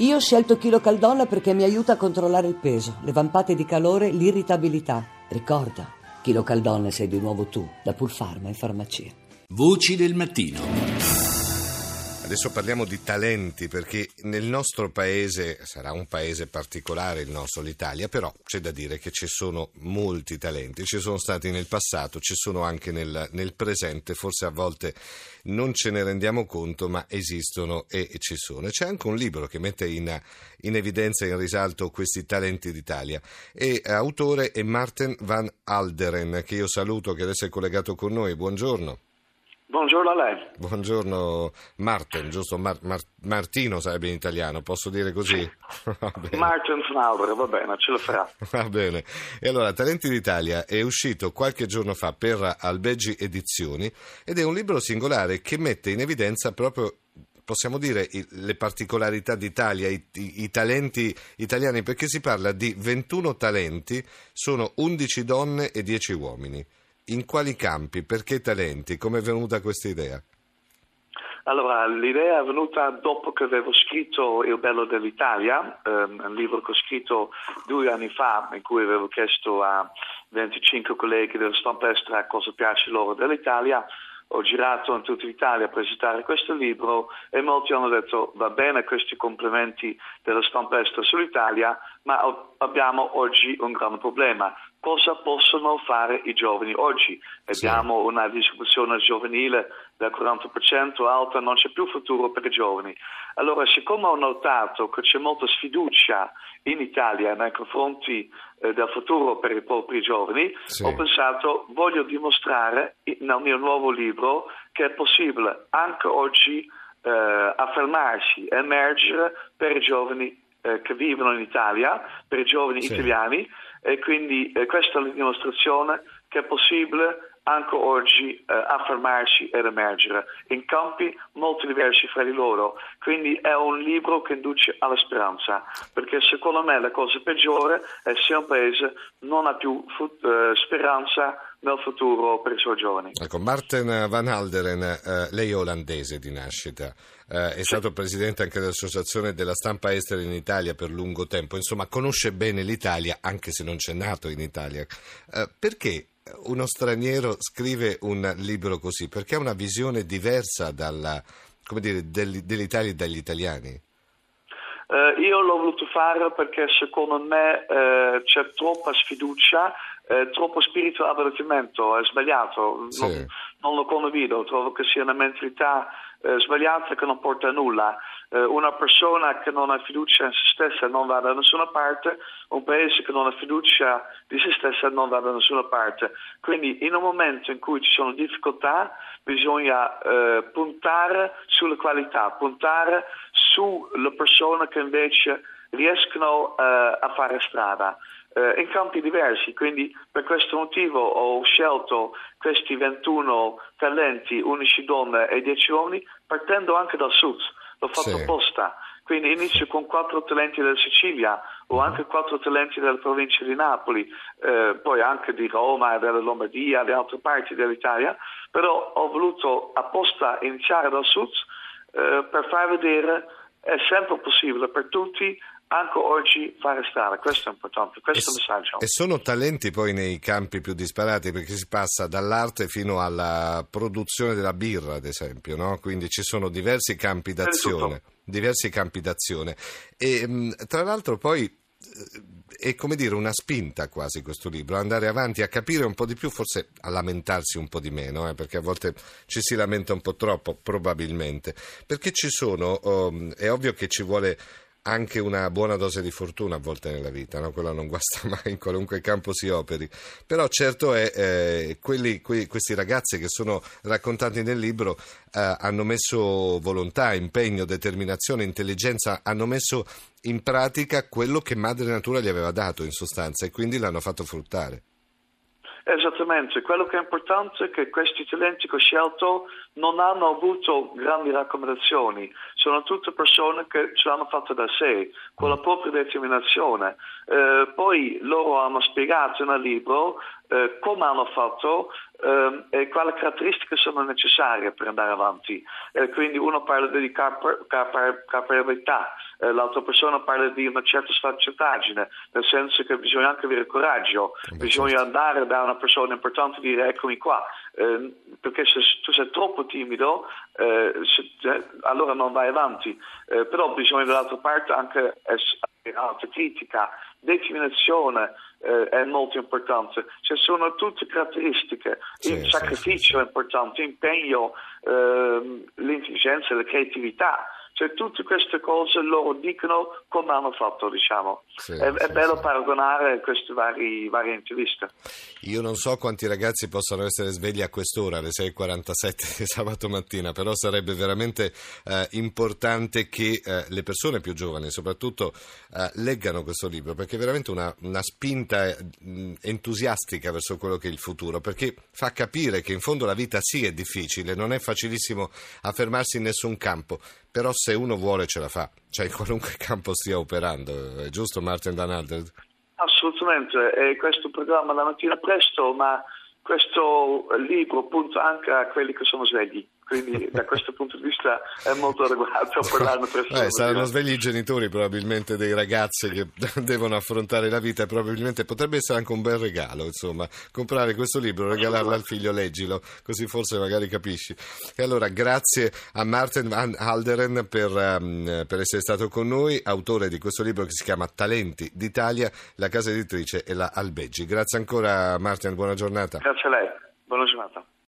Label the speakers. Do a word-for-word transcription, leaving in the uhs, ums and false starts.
Speaker 1: Io ho scelto KiloCaldon perché mi aiuta a controllare il peso, le vampate di calore, l'irritabilità. Ricorda, KiloCaldon sei di nuovo tu, da Pulpharma in farmacia.
Speaker 2: Voci del mattino.
Speaker 3: Adesso parliamo di talenti, perché nel nostro paese, sarà un paese particolare il nostro, l'Italia, però c'è da dire che ci sono molti talenti, ci sono stati nel passato, ci sono anche nel, nel presente, forse a volte non ce ne rendiamo conto, ma esistono e, e ci sono. E c'è anche un libro che mette in, in evidenza e in risalto questi talenti d'Italia, e autore è Maarten van Alderen, che io saluto, che adesso è collegato con noi. Buongiorno.
Speaker 4: Buongiorno a lei.
Speaker 3: Buongiorno Maarten, giusto? Mar- Mar- Martino sarebbe in italiano, posso dire così?
Speaker 4: Maarten van Alderen, va bene, ce lo farà.
Speaker 3: Va bene. E allora, Talenti d'Italia è uscito qualche giorno fa per Albeggi Edizioni ed è un libro singolare che mette in evidenza proprio, possiamo dire, i, le particolarità d'Italia, i, i, i talenti italiani, perché si parla di ventuno talenti, sono undici donne e dieci uomini. In quali campi? Perché talenti? Come è venuta questa idea?
Speaker 4: Allora, l'idea è venuta dopo che avevo scritto Il bello dell'Italia, ehm, un libro che ho scritto due anni fa, in cui avevo chiesto a venticinque colleghi della stampa estera cosa piace loro dell'Italia. Ho girato in tutta l'Italia a presentare questo libro e molti hanno detto va bene questi complimenti della stampa estera sull'Italia, ma abbiamo oggi un grande problema. Cosa possono fare i giovani oggi? Sì. Abbiamo una disoccupazione giovanile del quaranta per cento alta, non c'è più futuro per i giovani. Allora, siccome ho notato che c'è molta sfiducia in Italia nei confronti eh, del futuro per i propri giovani, sì. Ho pensato, voglio dimostrare nel mio nuovo libro che è possibile anche oggi eh, affermarsi, emergere per i giovani eh, che vivono in Italia, per i giovani sì. italiani, e quindi eh, questa è la dimostrazione che è possibile anche oggi eh, affermarsi ed emergere in campi molto diversi fra di loro. Quindi è un libro che induce alla speranza, perché secondo me la cosa peggiore è se un paese non ha più fut- eh, speranza nel futuro per i suoi giovani.
Speaker 3: Ecco, Maarten van Alderen, eh, lei è olandese di nascita, eh, è sì. stato presidente anche dell'Associazione della Stampa Estera in Italia per lungo tempo, insomma conosce bene l'Italia anche se non c'è nato in Italia. Eh, perché uno straniero scrive un libro così? Perché ha una visione diversa dalla, come dire, dell'Italia e dagli italiani?
Speaker 4: Uh, io l'ho voluto fare perché secondo me uh, c'è troppa sfiducia, uh, troppo spirito di abbattimento, è sbagliato, sì. non, non lo condivido, trovo che sia una mentalità uh, sbagliata che non porta a nulla. Uh, una persona che non ha fiducia in se stessa non va da nessuna parte, un paese che non ha fiducia di se stessa non va da nessuna parte. Quindi in un momento in cui ci sono difficoltà bisogna uh, puntare sulle qualità, puntare sulle persone che invece riescono uh, a fare strada uh, in campi diversi. Quindi per questo motivo ho scelto questi ventuno talenti, undici donne e dieci uomini, partendo anche dal sud. L'ho fatto apposta. Sì. Quindi inizio con quattro talenti della Sicilia o anche quattro talenti della provincia di Napoli, eh, poi anche di Roma, della Lombardia, di altre parti dell'Italia, però ho voluto apposta iniziare dal sud eh, per far vedere è sempre possibile per tutti anche oggi fare strada. Questo è importante, questo è il messaggio.
Speaker 3: E sono talenti poi nei campi più disparati, perché si passa dall'arte fino alla produzione della birra, ad esempio, no? Quindi ci sono diversi campi d'azione, diversi campi d'azione. E tra l'altro poi è come dire una spinta quasi questo libro, andare avanti a capire un po' di più, forse a lamentarsi un po' di meno, eh, perché a volte ci si lamenta un po' troppo, probabilmente, perché ci sono, um, è ovvio che ci vuole anche una buona dose di fortuna a volte nella vita, no? Quella non guasta mai in qualunque campo si operi, però certo è eh, quelli, que, questi ragazzi che sono raccontati nel libro eh, hanno messo volontà, impegno, determinazione, intelligenza, hanno messo in pratica quello che Madre Natura gli aveva dato in sostanza e quindi l'hanno fatto fruttare.
Speaker 4: Esattamente, quello che è importante è che questi talenti che ho scelto non hanno avuto grandi raccomandazioni, sono tutte persone che ce l'hanno fatta da sé, con la propria determinazione. Eh, poi loro hanno spiegato nel libro eh, come hanno fatto eh, e quali caratteristiche sono necessarie per andare avanti. Eh, quindi uno parla di capacità, eh, l'altra persona parla di una certa sfacciataggine, nel senso che bisogna anche avere coraggio, Beh, bisogna certo. andare da una persona importante e dire eccomi qua, eh, perché se tu sei troppo timido eh, se, eh, allora non vai avanti, eh, però bisogna dall'altra parte anche essere alta critica, determinazione eh, è molto importante, cioè sono tutte caratteristiche, sì, il sacrificio sì, sì, sì. è importante, impegno, eh, l'intelligenza, la creatività, cioè tutte queste cose loro dicono come hanno fatto, diciamo. Sì, è, sì, è bello sì. paragonare queste varie, varie interviste.
Speaker 3: Io non so quanti ragazzi possano essere svegli a quest'ora, alle sei e quarantasette di sabato mattina, però sarebbe veramente eh, importante che eh, le persone più giovani soprattutto eh, leggano questo libro, perché è veramente una, una spinta eh, entusiastica verso quello che è il futuro, perché fa capire che in fondo la vita sì è difficile, non è facilissimo affermarsi in nessun campo, però se uno vuole ce la fa, cioè in qualunque campo stia operando, è giusto Martin Van Halteren?
Speaker 4: Assolutamente, e questo programma la mattina presto, ma questo libro punta anche a quelli che sono svegli, quindi da questo punto di vista è molto adeguato a parlarne presto.
Speaker 3: Eh, saranno svegli i genitori probabilmente dei ragazzi che devono affrontare la vita, e probabilmente potrebbe essere anche un bel regalo, insomma, comprare questo libro, regalarlo al figlio, leggilo, così forse magari capisci. E allora grazie a Martin Van Halteren per, um, per essere stato con noi, autore di questo libro che si chiama Talenti d'Italia, la casa editrice è la Albeggi. Grazie ancora Martin, buona giornata.
Speaker 4: Grazie a lei, buona giornata.